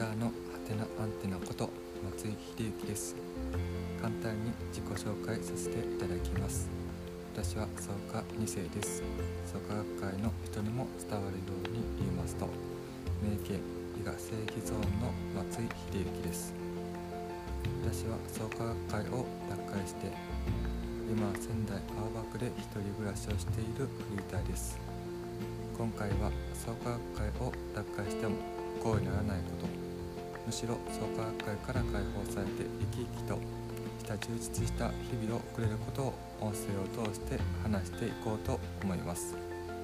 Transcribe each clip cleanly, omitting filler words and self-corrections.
ターのハテナアンテナこと松井秀幸です。簡単に自己紹介させていただきます。私は創価2世です。創価学会の人にも伝わるように言いますと、名家伊賀正義ゾーンの松井秀幸です。私は創価学会を脱会して今仙台青葉区で一人暮らしをしているフリーターです。今回は創価学会を脱会しても不幸にならないこと、むしろ創価学会から解放されて生き生きとした充実した日々を送れることを音声を通して話していこうと思います。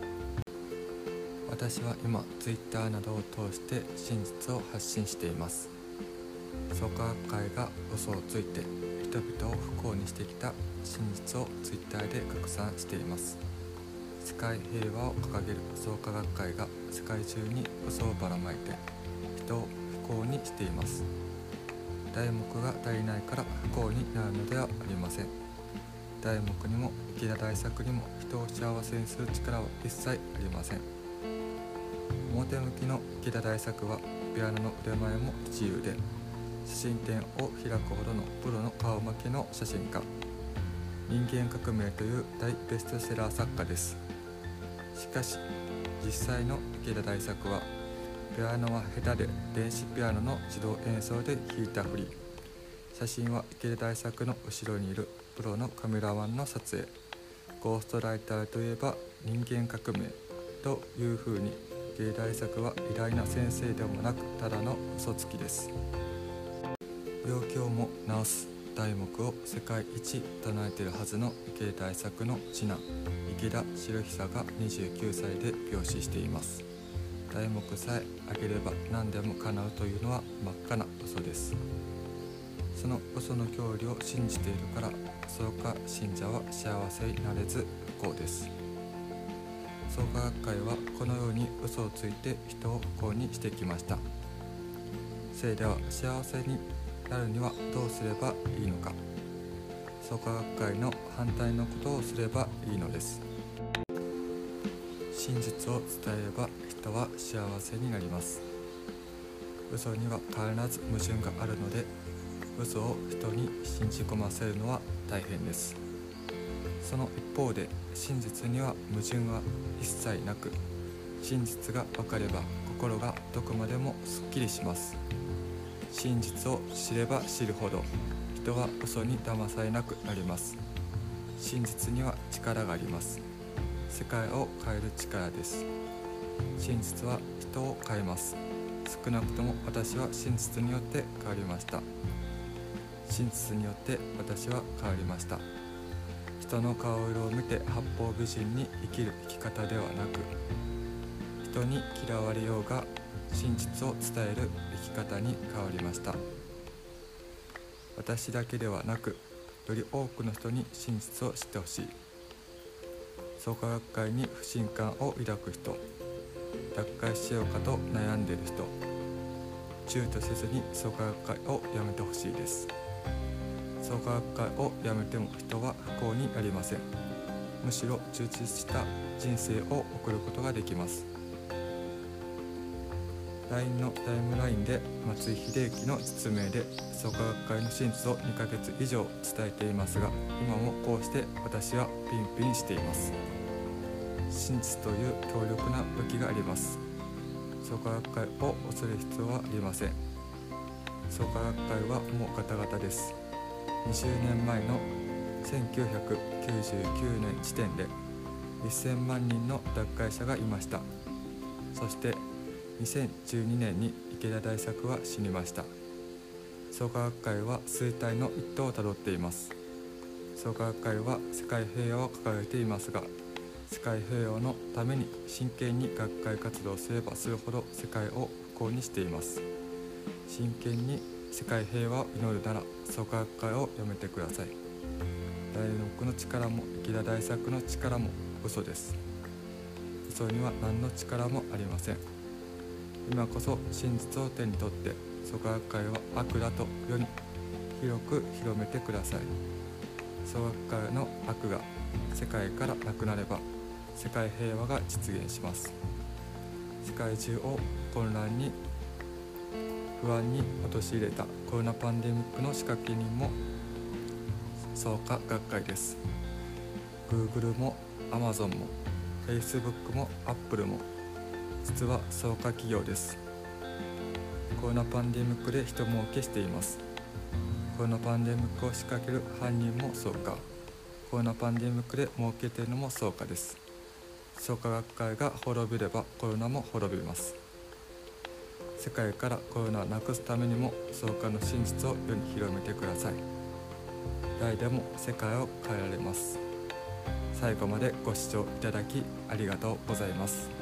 私は今 Twitter などを通して真実を発信しています。創価学会が嘘をついて人々を不幸にしてきた真実を Twitter で拡散しています。世界平和を掲げる創価学会が世界中に嘘をばらまいて人を不幸にしています。題目が足りないから不幸になるのではありません。題目にも池田大作にも人を幸せにする力は一切ありません。表向きの池田大作はピアノの腕前も自由で写真展を開くほどのプロの顔負けの写真家、人間革命という大ベストセラー作家です。しかし実際の池田大作はピアノは下手で電子ピアノの自動演奏で弾いたふり、写真は池田大作の後ろにいるプロのカメラマンの撮影、ゴーストライターといえば人間革命というふうに池田大作は偉大な先生でもなくただの嘘つきです。病気をも治す題目を世界一唱えているはずの池田大作の次男池田博久が29歳で病死しています。題目さえあげれば何でも叶うというのは真っ赤な嘘です。その嘘の教理を信じているから創価信者は幸せになれず不幸です。創価学会はこのように嘘をついて人を不幸にしてきました。せいでは幸せになるにはどうすればいいのか。創価学会の反対のことをすればいいのです。真実を伝えれば人は幸せになります。嘘には必ず矛盾があるので、嘘を人に信じ込ませるのは大変です。その一方で真実には矛盾は一切なく、真実が分かれば心がどこまでもすっきりします。真実を知れば知るほど人は嘘に騙されなくなります。真実には力があります。世界を変える力です。真実は人を変えます。少なくとも私は真実によって変わりました。真実によって私は変わりました。人の顔色を見て八方美人に生きる生き方ではなく、人に嫌われようが真実を伝える生き方に変わりました。私だけではなく、より多くの人に真実を知ってほしい。創価学会に不信感を抱く人、脱会しようかと悩んでいる人、躊躇せずに創価学会をやめてほしいです。創価学会をやめても人は不幸になりません。むしろ充実した人生を送ることができます。LINE のタイムラインで松井秀幸の実名で創価学会の真実を2ヶ月以上伝えていますが、今もこうして私はピンピンしています。真実という強力な武器があります。創価学会を恐れる必要はありません。創価学会はもうガタガタです。20年前の1999年時点で1000万人の脱会者がいました。そして2012年に池田大作は死にました。創価学会は衰退の一途をたどっています。創価学会は世界平和を掲げていますが、世界平和のために真剣に学会活動すればするほど世界を不幸にしています。真剣に世界平和を祈るなら創価学会をやめてください。大学の力も池田大作の力も嘘です。嘘には何の力もありません。今こそ真実を手に取って創価学会は悪だと世に広く広めてください。創価学会の悪が世界からなくなれば世界平和が実現します。世界中を混乱に不安に陥れたコロナパンデミックの仕掛け人も創価学会です。 Google も Amazon も Facebook も Apple も実は創価企業です。コロナパンデミックで人儲けしています。コロナパンデミックを仕掛ける犯人も創価、コロナパンデミックで儲けているのも創価です。創価学会が滅びればコロナも滅びます。世界からコロナをなくすためにも創価の真実を世に広めてください。誰でも世界を変えられます。最後までご視聴いただきありがとうございます。